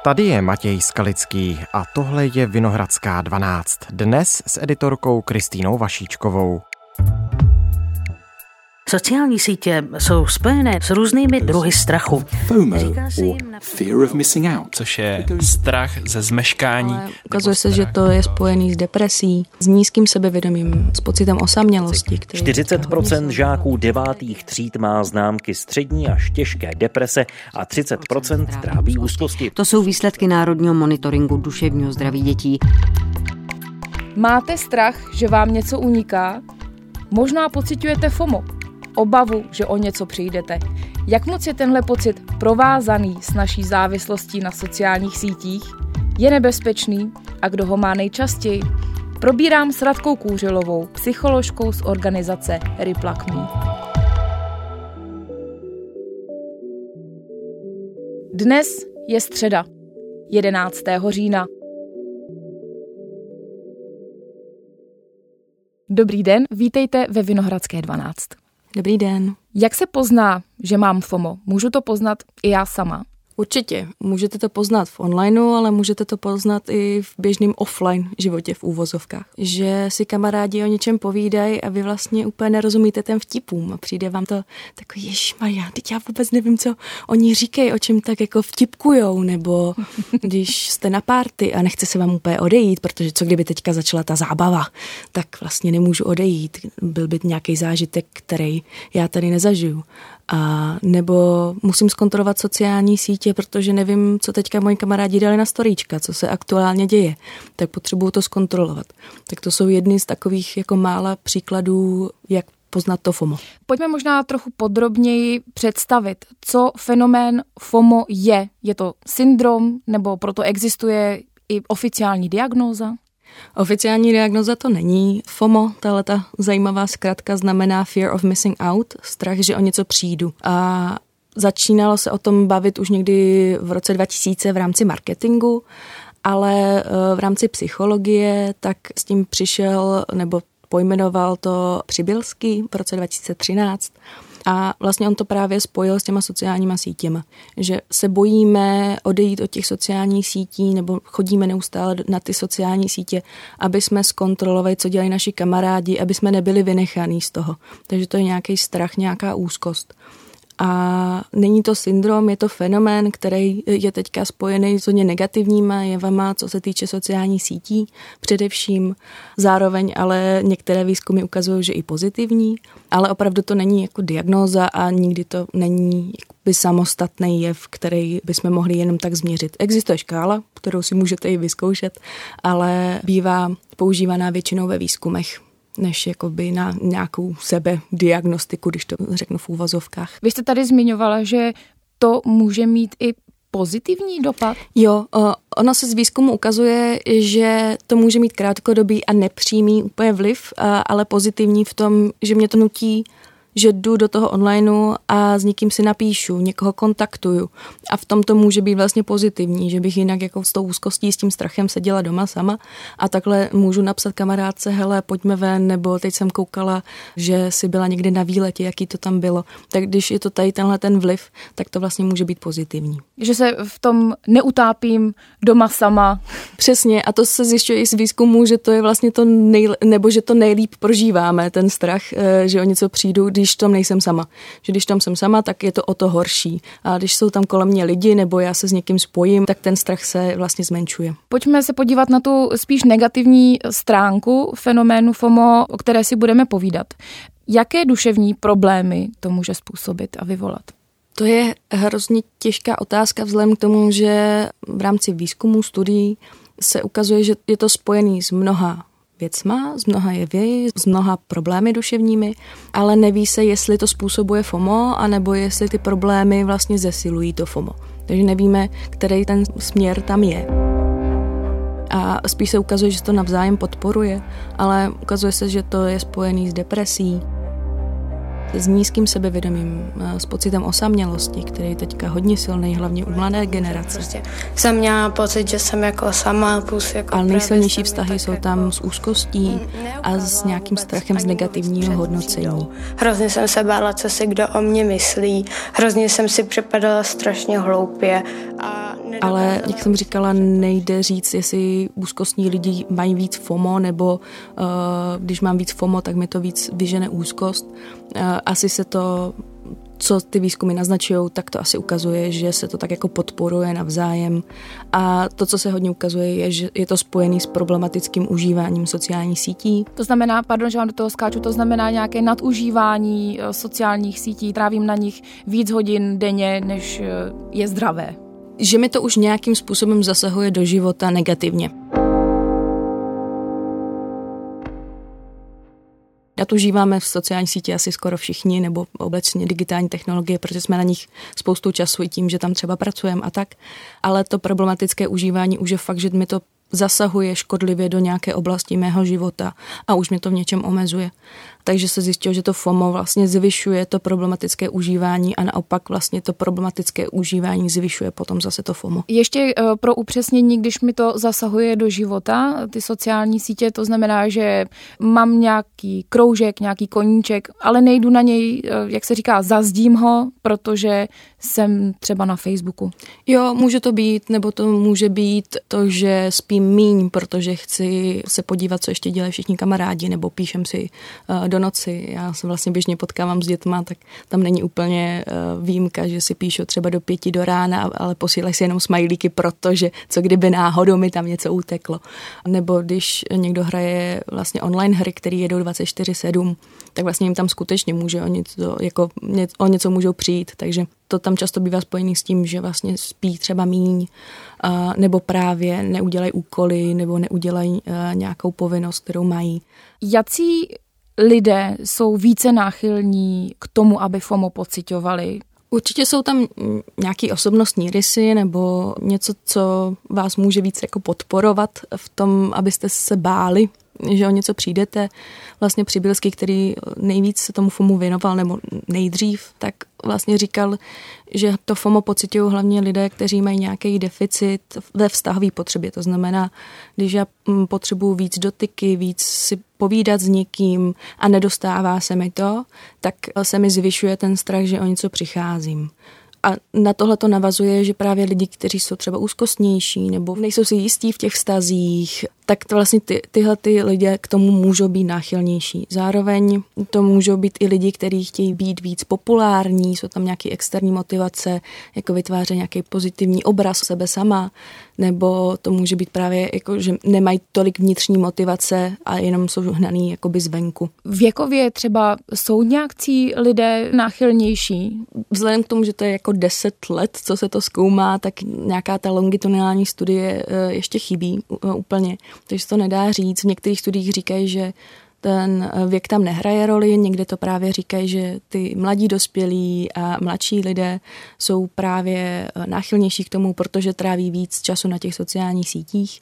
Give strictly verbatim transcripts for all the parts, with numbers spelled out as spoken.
Tady je Matěj Skalický a tohle je Vinohradská dvanáct. Dnes s editorkou Kristýnou Vašíčkovou. Sociální sítě jsou spojené s různými druhy strachu. FOMO, or fear of missing out, což je strach ze zmeškání. Ale ukazuje se, že to je spojený s depresí, s nízkým sebevědomím, s pocitem osamělosti. čtyřicet procent žáků devátých tříd má známky střední až těžké deprese a třicet procent trápí úzkosti. To jsou výsledky Národního monitoringu duševního zdraví dětí. Máte strach, že vám něco uniká? Možná pociťujete FOMO, obavu, že o něco přijdete. Jak moc je tenhle pocit provázaný s naší závislostí na sociálních sítích? Je nebezpečný a kdo ho má nejčastěji? Probírám s Radkou Kůřilovou, psycholožkou z organizace Replug Me. Dnes je středa, jedenáctého října. Dobrý den, vítejte ve Vinohradské dvanáct. Dobrý den. Jak se pozná, že mám FOMO? Můžu to poznat i já sama? Určitě. Můžete to poznat v onlineu, ale můžete to poznat i v běžném offline životě v úvozovkách. Že si kamarádi o něčem povídají a vy vlastně úplně nerozumíte těm vtipům a přijde vám to takový ježmarja, teď já vůbec nevím, co oni říkají, o čem tak jako vtipkujou, nebo když jste na party a nechce se vám úplně odejít, protože co kdyby teďka začala ta zábava, tak vlastně nemůžu odejít. Byl by nějaký zážitek, který já tady nezažiju. A nebo musím zkontrolovat sociální sítě, protože nevím, co teďka moji kamarádi dali na storíčka, co se aktuálně děje, tak potřebuju to zkontrolovat. Tak to jsou jedny z takových jako mála příkladů, jak poznat to FOMO. Pojďme možná trochu podrobněji představit, co fenomén FOMO je. Je to syndrom, nebo proto existuje i oficiální diagnóza? Oficiální diagnoza to není. FOMO, tahleta zajímavá zkratka, znamená Fear of Missing Out, strach, že o něco přijdu. A začínalo se o tom bavit už někdy v roce dva tisíce v rámci marketingu, ale v rámci psychologie tak s tím přišel nebo pojmenoval to Přibylský v roce dva tisíce třináct. A vlastně on to právě spojil s těma sociálníma sítěma, že se bojíme odejít od těch sociálních sítí nebo chodíme neustále na ty sociální sítě, aby jsme zkontrolovali, co dělají naši kamarádi, aby jsme nebyli vynechaní z toho. Takže to je nějaký strach, nějaká úzkost. A není to syndrom, je to fenomén, který je teďka spojený s hodně negativníma jevama, co se týče sociálních sítí především. Zároveň ale některé výzkumy ukazují, že i pozitivní, ale opravdu to není jako diagnóza a nikdy to není jakoby samostatný jev, který bychom mohli jenom tak změřit. Existuje škála, kterou si můžete i vyzkoušet, ale bývá používaná většinou ve výzkumech, než jakoby na nějakou sebediagnostiku, když to řeknu v úvazovkách. Vy jste tady zmiňovala, že to může mít i pozitivní dopad? Jo, ono se z výzkumu ukazuje, že to může mít krátkodobý a nepřímý úplně vliv, ale pozitivní v tom, že mě to nutí, že jdu do toho onlineu a s někým si napíšu, někoho kontaktuju. A v tom to může být vlastně pozitivní, že bych jinak jako s tou úzkostí, s tím strachem seděla doma sama a takhle můžu napsat kamarádce, hele, pojďme ven, nebo teď jsem koukala, že si byla někde na výletě, jaký to tam bylo. Tak když je to tady tenhle ten vliv, tak to vlastně může být pozitivní. Že se v tom neutápím doma sama. Přesně, a to se zjišťuje i z výzkumu, že to je vlastně to nejle, nebo že to nejlíp prožíváme, ten strach, že o něco přijdu, když tam nejsem sama. Že když tam jsem sama, tak je to o to horší. A když jsou tam kolem mě lidi nebo já se s někým spojím, tak ten strach se vlastně zmenšuje. Pojďme se podívat na tu spíš negativní stránku fenoménu FOMO, o které si budeme povídat. Jaké duševní problémy to může způsobit a vyvolat? To je hrozně těžká otázka vzhledem k tomu, že v rámci výzkumu studií se ukazuje, že je to spojený s mnoha věcma, z mnoha jevy, z mnoha problémy duševními, ale neví se, jestli to způsobuje FOMO, anebo jestli ty problémy vlastně zesilují to FOMO. Takže nevíme, který ten směr tam je. A spíš se ukazuje, že to navzájem podporuje, ale ukazuje se, že to je spojený s depresí, s nízkým sebevědomím, s pocitem osamělosti, který je teďka hodně silný, hlavně u mladé generace. Prostě jsem měla pocit, že jsem jako sama, plus jako... Ale nejsilnější vztahy jsou tam s úzkostí a s nějakým strachem z negativního hodnocení. Hrozně jsem se bála, co si kdo o mě myslí, hrozně jsem si připadala strašně hloupě a Ale, jak jsem říkala, nejde říct, jestli úzkostní lidi mají víc FOMO, nebo uh, když mám víc FOMO, tak mi to víc vyžene úzkost. Uh, asi se to, co ty výzkumy naznačují, tak to asi ukazuje, že se to tak jako podporuje navzájem. A to, co se hodně ukazuje, je, že je to spojený s problematickým užíváním sociálních sítí. To znamená, pardon, že vám do toho skáču, to znamená nějaké nadužívání sociálních sítí, trávím na nich víc hodin denně, než je zdravé. Že mi to už nějakým způsobem zasahuje do života negativně. Nadužíváme v sociální sítě asi skoro všichni, nebo obecně digitální technologie, protože jsme na nich spoustu času i tím, že tam třeba pracujeme a tak. Ale to problematické užívání už je fakt, že mi to zasahuje škodlivě do nějaké oblasti mého života a už mě to v něčem omezuje. Takže se zjistilo, že to FOMO vlastně zvyšuje to problematické užívání a naopak vlastně to problematické užívání zvyšuje potom zase to FOMO. Ještě pro upřesnění, když mi to zasahuje do života, ty sociální sítě, to znamená, že mám nějaký kroužek, nějaký koníček, ale nejdu na něj, jak se říká, zazdím ho, protože jsem třeba na Facebooku. Jo, může to být, nebo to může být to, že spím míň, protože chci se podívat, co ještě dělají všichni kamarádi, nebo píšem si do noci. Já se vlastně běžně potkávám s dětma, tak tam není úplně uh, výjimka, že si píšu třeba do pěti do rána, ale posílají si jenom smajlíky, protože co kdyby náhodou mi tam něco uteklo. Nebo když někdo hraje vlastně online hry, které jedou dvacet čtyři sedm, tak vlastně jim tam skutečně může o něco, jako, o něco můžou přijít, takže to tam často bývá spojený s tím, že vlastně spí třeba míň, uh, nebo právě neudělají úkoly, nebo neudělají uh, nějakou povinnost, kterou mají. Jací lidé jsou více náchylní k tomu, aby FOMO pociťovali? Určitě jsou tam nějaký osobnostní rysy nebo něco, co vás může víc jako podporovat v tom, abyste se báli, že o něco přijdete. Vlastně Přibylský, který nejvíc se tomu FOMu věnoval, nebo nejdřív, tak vlastně říkal, že to FOMO pociťují hlavně lidé, kteří mají nějaký deficit ve vztahové potřebě. To znamená, když já potřebuji víc dotyky, víc si povídat s někým a nedostává se mi to, tak se mi zvyšuje ten strach, že o něco přicházím. A na tohle to navazuje, že právě lidi, kteří jsou třeba úzkostnější nebo nejsou si jistí v těch vztazích, tak to vlastně ty, tyhle ty lidé k tomu můžou být náchylnější. Zároveň to můžou být i lidi, kteří chtějí být víc populární, jsou tam nějaké externí motivace, jako vytvářet nějaký pozitivní obraz sebe sama, nebo to může být právě, jako, že nemají tolik vnitřní motivace a jenom jsou hnaný jakoby zvenku. Věkově třeba jsou nějakcí lidé náchylnější? Vzhledem k tomu, že to je jako deset let, co se to zkoumá, tak nějaká ta longitudinální studie ještě chybí úplně. Takže to nedá říct. V některých studiích říkají, že ten věk tam nehraje roli, někde to právě říkají, že ty mladí dospělí a mladší lidé jsou právě náchylnější k tomu, protože tráví víc času na těch sociálních sítích.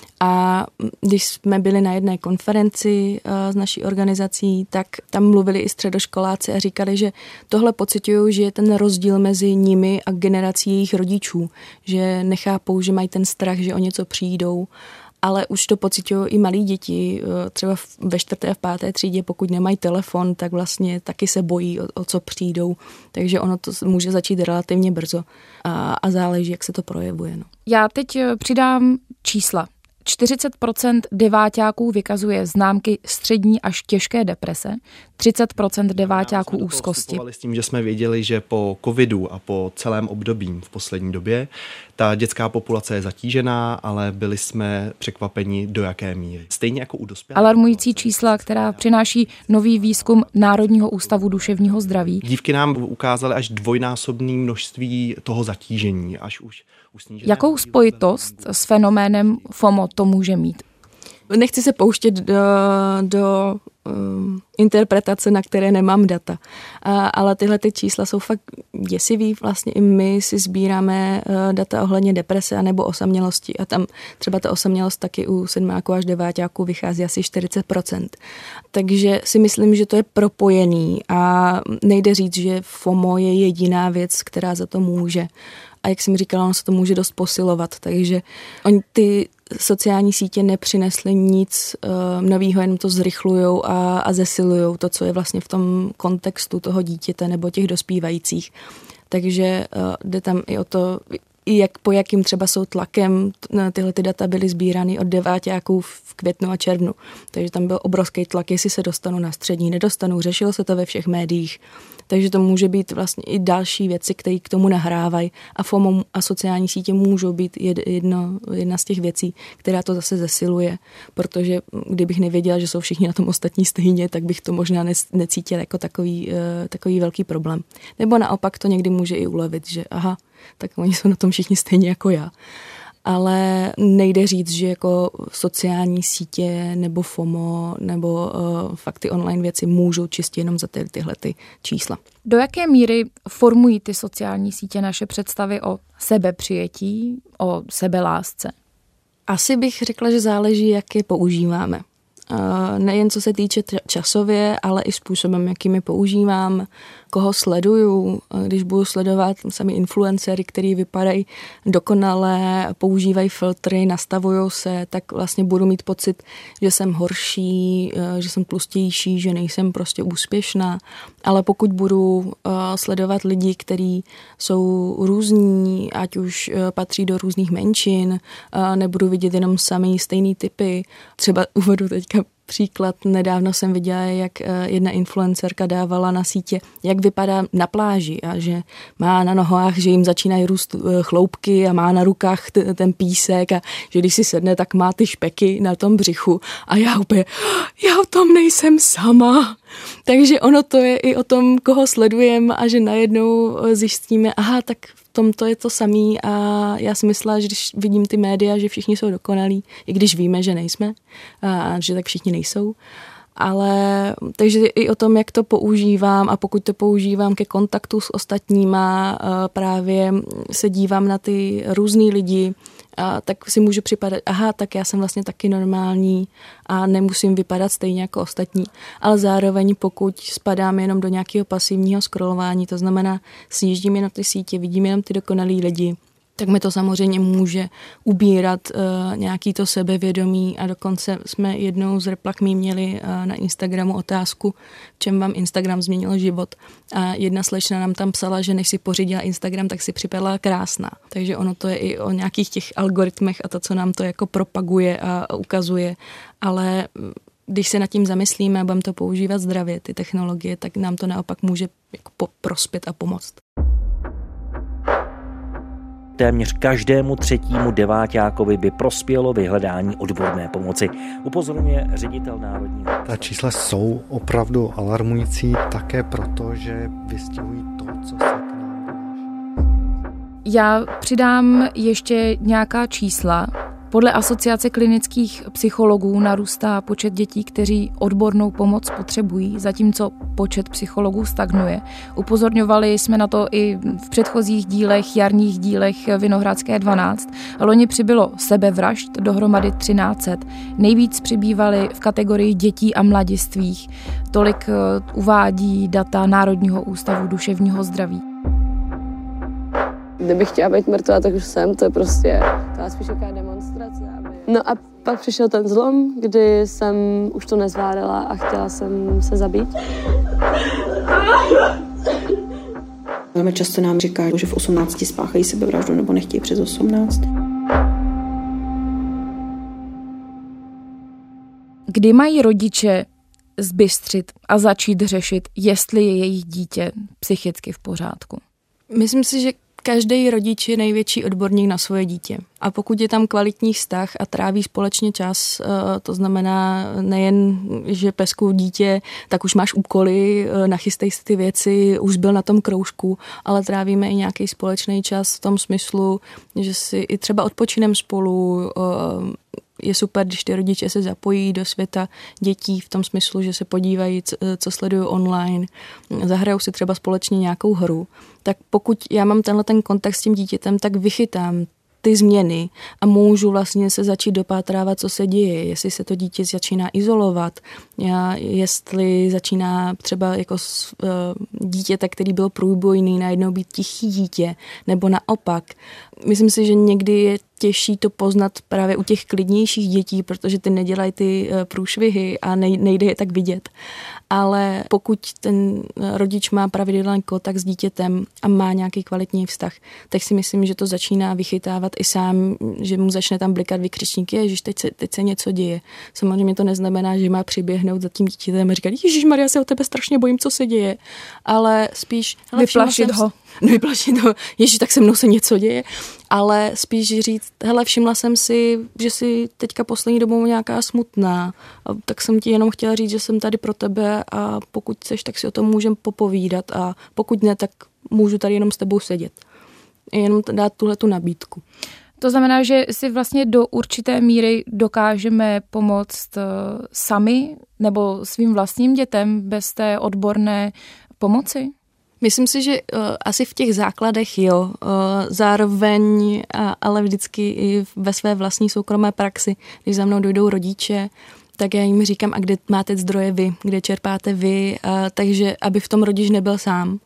A když jsme byli na jedné konferenci s naší organizací, tak tam mluvili i středoškoláci a říkali, že tohle pociťují, že je ten rozdíl mezi nimi a generací jejich rodičů, že nechápou, že mají ten strach, že o něco přijdou. Ale už to pociťují i malí děti, třeba ve čtvrté a v páté třídě, pokud nemají telefon, tak vlastně taky se bojí, o, o co přijdou. Takže ono to může začít relativně brzo a, a záleží, jak se to projevuje. No. Já teď přidám čísla. čtyřicet procent deváťáků vykazuje známky střední až těžké deprese, třicet procent deváťáků úzkosti. S tím, že jsme věděli, že po covidu a po celém období v poslední době ta dětská populace je zatížená, ale byli jsme překvapeni, do jaké míry. Stejně jako u dospělých. Alarmující čísla, která přináší nový výzkum Národního ústavu duševního zdraví. Dívky nám ukázaly až dvojnásobné množství toho zatížení, až už Jakou spojitost s fenoménem FOMO to může mít? Nechci se pouštět do, do um, interpretace, na které nemám data, a, ale tyhle ty čísla jsou fakt děsivý. Vlastně i my si sbíráme uh, data ohledně deprese anebo osamělosti a tam třeba ta osamělost taky u sedmáků až deváťáků vychází asi čtyřicet procent. Takže si myslím, že to je propojený a nejde říct, že FOMO je jediná věc, která za to může. A jak jsem říkala, ono se to může dost posilovat, takže oni ty sociální sítě nepřinesly nic uh, novýho, jenom to zrychlujou a, a zesilujou to, co je vlastně v tom kontextu toho dítěte nebo těch dospívajících. Takže uh, jde tam i o to i jak, po jakým třeba jsou tlakem tyhle ty data byly sbírány od deváťáků v květnu a červnu. Takže tam byl obrovský tlak, jestli se dostanu na střední, nedostanu, řešilo se to ve všech médiích. Takže to může být vlastně i další věci, které k tomu nahrávají a FOMO a sociální sítě můžou být jedno, jedna z těch věcí, která to zase zesiluje, protože kdybych nevěděla, že jsou všichni na tom ostatní stejně, tak bych to možná necítila jako takový, takový velký problém. Nebo naopak to někdy může i ulevit, že aha, tak oni jsou na tom všichni stejně jako já. Ale nejde říct, že jako sociální sítě nebo FOMO nebo uh, fakt ty online věci můžou čistě jenom za ty, tyhle ty čísla. Do jaké míry formují ty sociální sítě naše představy o sebepřijetí, o sebelásce? Asi bych řekla, že záleží, jak je používáme. Nejen co se týče časově, ale i způsobem, jakým je používám, koho sleduju. Když budu sledovat sami influencery, který vypadají dokonale, používají filtry, nastavují se, tak vlastně budu mít pocit, že jsem horší, že jsem tlustější, že nejsem prostě úspěšná. Ale pokud budu sledovat lidi, kteří jsou různí, ať už patří do různých menšin, nebudu vidět jenom samý stejný typy. Třeba uvedu teďka příklad, nedávno jsem viděla, jak jedna influencerka dávala na sítě, jak vypadá na pláži a že má na nohách, že jim začínají růst chloupky a má na rukách t- ten písek a že když si sedne, tak má ty špeky na tom břichu a já úplně, já o tom nejsem sama. Takže ono to je i o tom, koho sledujeme a že najednou zjistíme, aha, tak v tomto je to samý a já si myslela, že když vidím ty média, že všichni jsou dokonalí, i když víme, že nejsme a že tak všichni nejsou. Ale takže i o tom, jak to používám a pokud to používám ke kontaktu s ostatníma, právě se dívám na ty různý lidi, a tak si můžu připadat, aha, tak já jsem vlastně taky normální a nemusím vypadat stejně jako ostatní. Ale zároveň, pokud spadám jenom do nějakého pasivního scrollování, to znamená, sjíždím na ty sítě, vidím jenom ty dokonalý lidi, tak mi to samozřejmě může ubírat uh, nějaký to sebevědomí a dokonce jsme jednou z replakmí měli uh, na Instagramu otázku, v čem vám Instagram změnil život. A jedna slečna nám tam psala, že než si pořídila Instagram, tak si připadala krásná. Takže ono to je i o nějakých těch algoritmech a to, co nám to jako propaguje a ukazuje. Ale když se nad tím zamyslíme a budeme to používat zdravě, ty technologie, tak nám to naopak může jako po- prospět a pomoct. Téměř každému třetímu deváťákovi by prospělo vyhledání odborné pomoci. Upozorňuje ředitel Národního. Ta čísla jsou opravdu alarmující také proto, že vystihují to, co se k nám vynáší. Já přidám ještě nějaká čísla. Podle Asociace klinických psychologů narůstá počet dětí, kteří odbornou pomoc potřebují, zatímco počet psychologů stagnuje. Upozorňovali jsme na to i v předchozích dílech, jarních dílech Vinohradské dvanáct. Loni přibylo sebevražd, dohromady třináct set. Nejvíc přibývaly v kategorii dětí a mladistvých. Tolik uvádí data Národního ústavu duševního zdraví. Kdybych chtěla být mrtvá, tak už jsem, to je prostě to spíš jaká demonstrace. Aby... No a pak přišel ten zlom, kdy jsem už to nezvládala a chtěla jsem se zabít. Velmi často nám říká, že v osmnácti spáchají sebevraždu nebo nechtějí přes osmnáct. Kdy mají rodiče zbystřit a začít řešit, jestli je jejich dítě psychicky v pořádku? Myslím si, že každý rodič je největší odborník na svoje dítě. A pokud je tam kvalitní vztah a tráví společně čas, to znamená nejen, že peskou dítě, tak už máš úkoly, nachystej si ty věci, už byl na tom kroužku, ale trávíme i nějaký společný čas v tom smyslu, že si i třeba odpočinem spolu. Je super, když ty rodiče se zapojí do světa dětí v tom smyslu, že se podívají, co sledují online, zahrajou si třeba společně nějakou hru. Tak pokud já mám tenhle ten kontakt s tím dítětem, tak vychytám ty změny a můžu vlastně se začít dopátrávat, co se děje, jestli se to dítě začíná izolovat, jestli začíná třeba jako dítěte, který byl průbojný, najednou být tichý dítě, nebo naopak. Myslím si, že někdy je těžší to poznat právě u těch klidnějších dětí, protože ty nedělají ty průšvihy a nejde je tak vidět. Ale pokud ten rodič má pravidelný kontakt s dítětem a má nějaký kvalitní vztah, tak si myslím, že to začíná vychytávat i sám, že mu začne tam blikat vykřičníky, ježiš, teď se, teď se něco děje. Samozřejmě to neznamená, že má přiběhnout za tím dítětem a říkat, ježišmarja, já se o tebe strašně bojím, co se děje, ale spíš vyplašit ho. Vyplašit ho, ježiš, tak se mnou se něco děje, ale spíš říct, hele, všimla jsem si, že jsi teďka poslední dobou nějaká smutná, a tak jsem ti jenom chtěla říct, že jsem tady pro tebe a pokud chceš, tak si o tom můžeme popovídat a pokud ne, tak můžu tady jenom s tebou sedět. Jenom dát tuhle tu nabídku. To znamená, že si vlastně do určité míry dokážeme pomoct sami nebo svým vlastním dětem bez té odborné pomoci? Myslím si, že uh, asi v těch základech jo, uh, zároveň, a, ale vždycky i ve své vlastní soukromé praxi, když za mnou dojdou rodiče, tak já jim říkám, a kde máte zdroje vy, kde čerpáte vy, uh, takže aby v tom rodič nebyl sám.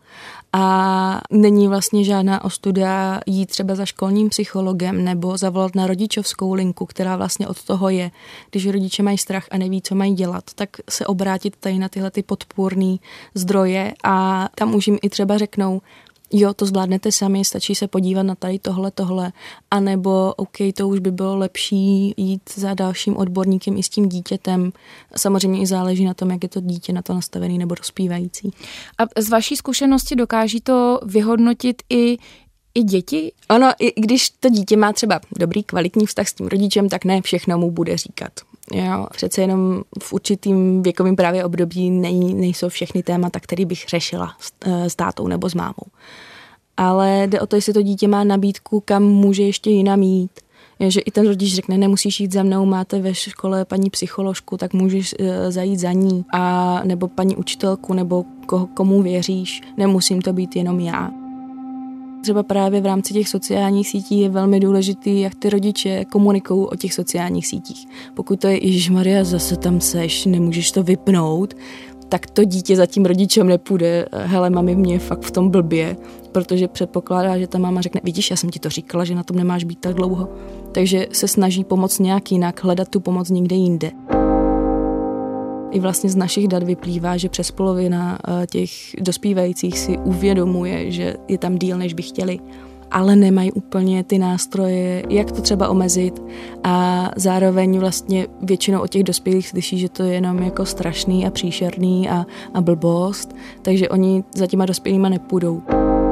A není vlastně žádná ostuda jít třeba za školním psychologem nebo zavolat na rodičovskou linku, která vlastně od toho je. Když rodiče mají strach a neví, co mají dělat, tak se obrátit tady na tyhle ty podpůrné zdroje a tam už jim i třeba řeknou, jo, to zvládnete sami, stačí se podívat na tady tohle, tohle, anebo OK, to už by bylo lepší jít za dalším odborníkem i s tím dítětem. Samozřejmě i záleží na tom, jak je to dítě na to nastavený nebo dospívající. A z vaší zkušenosti dokáží to vyhodnotit i i děti? Ono, i když to dítě má třeba dobrý, kvalitní vztah s tím rodičem, tak ne všechno mu bude říkat. Jo, přece jenom v určitým věkovým právě období nej, nejsou všechny témata, které bych řešila s, s tátou nebo s mámou. Ale jde o to, jestli to dítě má nabídku, kam může ještě jinam jít. Je, že i ten rodič řekne, nemusíš jít za mnou, máte ve škole paní psycholožku, tak můžeš uh, zajít za ní. A nebo paní učitelku, nebo koho, komu věříš, nemusím to být jenom já. Třeba právě v rámci těch sociálních sítí je velmi důležitý, jak ty rodiče komunikují o těch sociálních sítích. Pokud to je ježišmarja, zase tam seš, nemůžeš to vypnout, tak to dítě za tím rodičem nepůjde. Hele, mami, mě je fakt v tom blbě, protože předpokládá, že ta máma řekne, vidíš, já jsem ti to říkala, že na tom nemáš být tak dlouho. Takže se snaží pomoct nějak jinak, hledat tu pomoc někde jinde. I vlastně z našich dat vyplývá, že přes polovina těch dospívajících si uvědomuje, že je tam díl, než by chtěli, ale nemají úplně ty nástroje, jak to třeba omezit a zároveň vlastně většinou od těch dospělých slyší, že to je jenom jako strašný a příšerný a, a blbost, takže oni za těma dospělýma nepůjdou.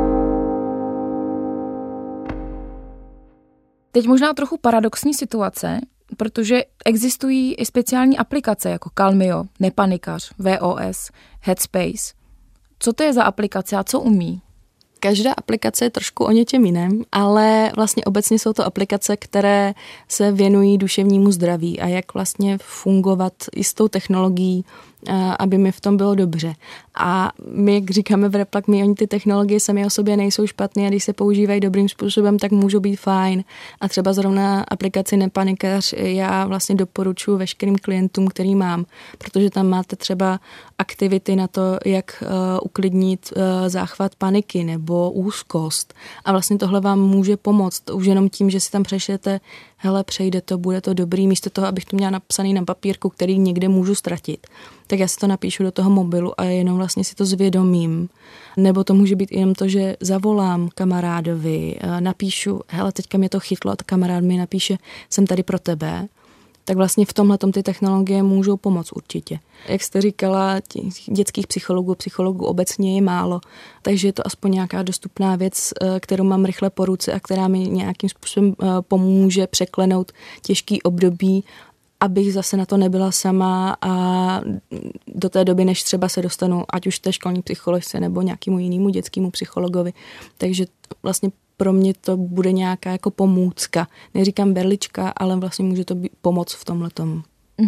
Teď možná trochu paradoxní situace, protože existují i speciální aplikace jako Calmio, Nepanikař, V O S, Headspace. Co to je za aplikace a co umí? Každá aplikace je trošku o něčem jiném, ale vlastně obecně jsou to aplikace, které se věnují duševnímu zdraví a jak vlastně fungovat i s tou technologií, aby mi v tom bylo dobře. A my, jak říkáme v Replak, my oni ty technologie sami o sobě nejsou špatné a když se používají dobrým způsobem, tak můžou být fajn. A třeba zrovna aplikaci Nepanikař já vlastně doporučuji veškerým klientům, který mám, protože tam máte třeba aktivity na to, jak uh, uklidnit uh, záchvat paniky nebo úzkost. A vlastně tohle vám může pomoct. Už jenom tím, že si tam přešlete, hele, přejde to, bude to dobrý, místo toho, abych to měla napsaný na papírku, který někde můžu ztratit. Tak já si to napíšu do toho mobilu a jenom vlastně si to zvědomím. Nebo to může být jenom to, že zavolám kamarádovi, napíšu, hele, teďka mě to chytlo a kamarád mi napíše, jsem tady pro tebe. Tak vlastně v tomhletom ty technologie můžou pomoct určitě. Jak jste říkala, těch dětských psychologů, psychologů obecně je málo, takže je to aspoň nějaká dostupná věc, kterou mám rychle po ruce a která mi nějakým způsobem pomůže překlenout těžký období, abych zase na to nebyla sama a do té doby, než třeba se dostanu, ať už té školní psycholožce nebo nějakému jinému dětskému psychologovi. Takže vlastně pro mě to bude nějaká jako pomůcka. Neříkám berlička, ale vlastně může to být pomoc v tomhletom.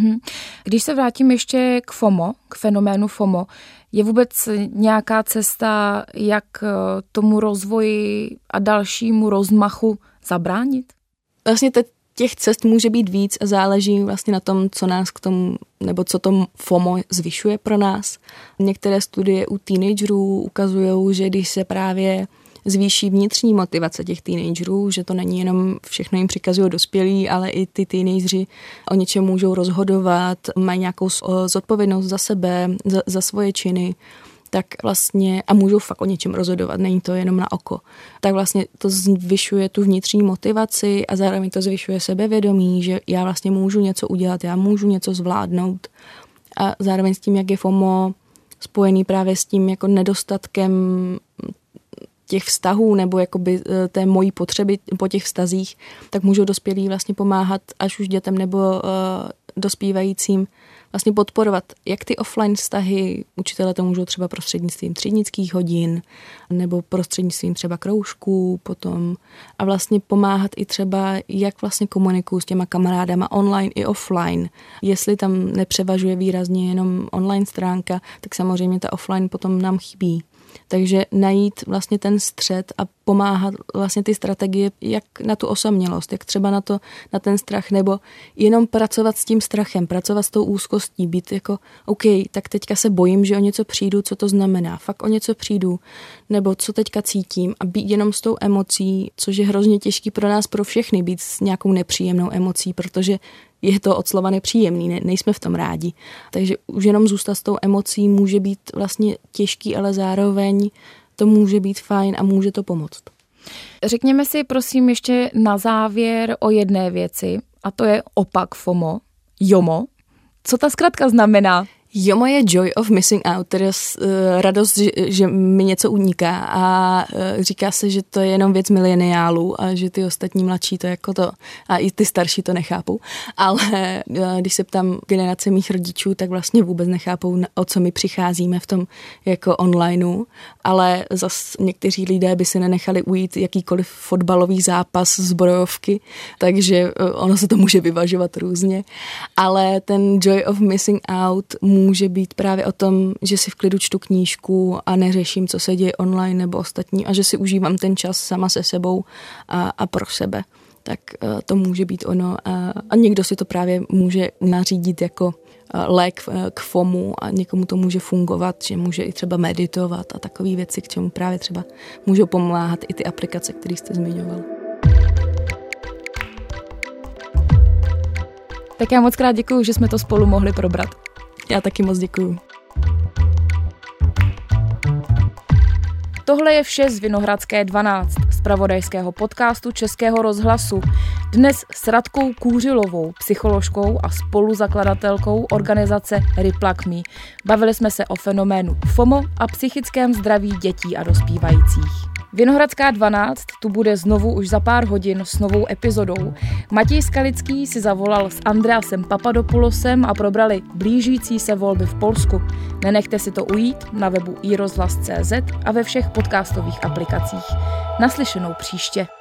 Když se vrátím ještě k FOMO, k fenoménu FOMO, je vůbec nějaká cesta, jak tomu rozvoji a dalšímu rozmachu zabránit? Vlastně teď těch cest může být víc a záleží vlastně na tom, co nás k tomu, nebo co to FOMO zvyšuje pro nás. Některé studie u teenagerů ukazují, že když se právě zvýší vnitřní motivace těch teenagerů, že to není jenom všechno jim přikazují dospělí, ale i ty teenageři o něčem můžou rozhodovat, mají nějakou zodpovědnost za sebe, za, za svoje činy, tak vlastně a můžou fakt o něčem rozhodovat, není to jenom na oko. Tak vlastně to zvyšuje tu vnitřní motivaci a zároveň to zvyšuje sebevědomí, že já vlastně můžu něco udělat, já můžu něco zvládnout. A zároveň s tím, jak je FOMO spojený právě s tím jako nedostatkem těch vztahů nebo jakoby té mojí potřeby po těch vztazích, tak můžou dospělí vlastně pomáhat až už dětem nebo uh, dospívajícím vlastně podporovat jak ty offline vztahy, učitelé to můžou třeba prostřednictvím třídnických hodin nebo prostřednictvím třeba kroužků potom a vlastně pomáhat i třeba, jak vlastně komunikuju s těma kamarádama online i offline. Jestli tam nepřevažuje výrazně jenom online stránka, tak samozřejmě ta offline potom nám chybí. Takže najít vlastně ten střed a pomáhat vlastně ty strategie, jak na tu osamělost, jak třeba na to, na ten strach, nebo jenom pracovat s tím strachem, pracovat s tou úzkostí, být jako, OK, tak teďka se bojím, že o něco přijdu, co to znamená, fakt o něco přijdu, nebo co teďka cítím a být jenom s tou emocí, což je hrozně těžký pro nás, pro všechny, být s nějakou nepříjemnou emocí, protože je to od slova nepříjemný, ne, nejsme v tom rádi. Takže už jenom zůstat s tou emocí může být vlastně těžký, ale zároveň to může být fajn a může to pomoct. Řekněme si prosím ještě na závěr o jedné věci a to je opak FOMO, JOMO. Co ta zkratka znamená? JOMO je joy of missing out, tedy uh, radost, že, že mi něco uniká a uh, říká se, že to je jenom věc mileniálů a že ty ostatní mladší to jako to a i ty starší to nechápou, ale uh, když se ptám generace mých rodičů, tak vlastně vůbec nechápou, o co my přicházíme v tom jako onlineu, ale zas někteří lidé by si nenechali ujít jakýkoliv fotbalový zápas z bojovky, takže uh, ono se to může vyvažovat různě, ale ten joy of missing out může být právě o tom, že si v klidu čtu knížku a neřeším, co se děje online nebo ostatní a že si užívám ten čas sama se sebou a, a pro sebe. Tak uh, to může být ono a, a někdo si to právě může nařídit jako uh, lék uh, k FOMu a někomu to může fungovat, že může i třeba meditovat a takové věci, k čemu právě třeba můžou pomáhat i ty aplikace, které jste zmiňoval. Tak já moc krát děkuju, že jsme to spolu mohli probrat. Já taky moc děkuju. Tohle je vše z Vinohradské dvanáct, zpravodajského podcastu Českého rozhlasu. Dnes s Radkou Kůřilovou, psycholožkou a spoluzakladatelkou organizace Replug Me. Bavili jsme se o fenoménu FOMO a psychickém zdraví dětí a dospívajících. Vinohradská dvanáct tu bude znovu už za pár hodin s novou epizodou. Matěj Skalický si zavolal s Andreasem Papadopoulosem a probrali blížící se volby v Polsku. Nenechte si to ujít na webu i rozhlas tečka cé zet a ve všech podcastových aplikacích. Naslyšenou příště.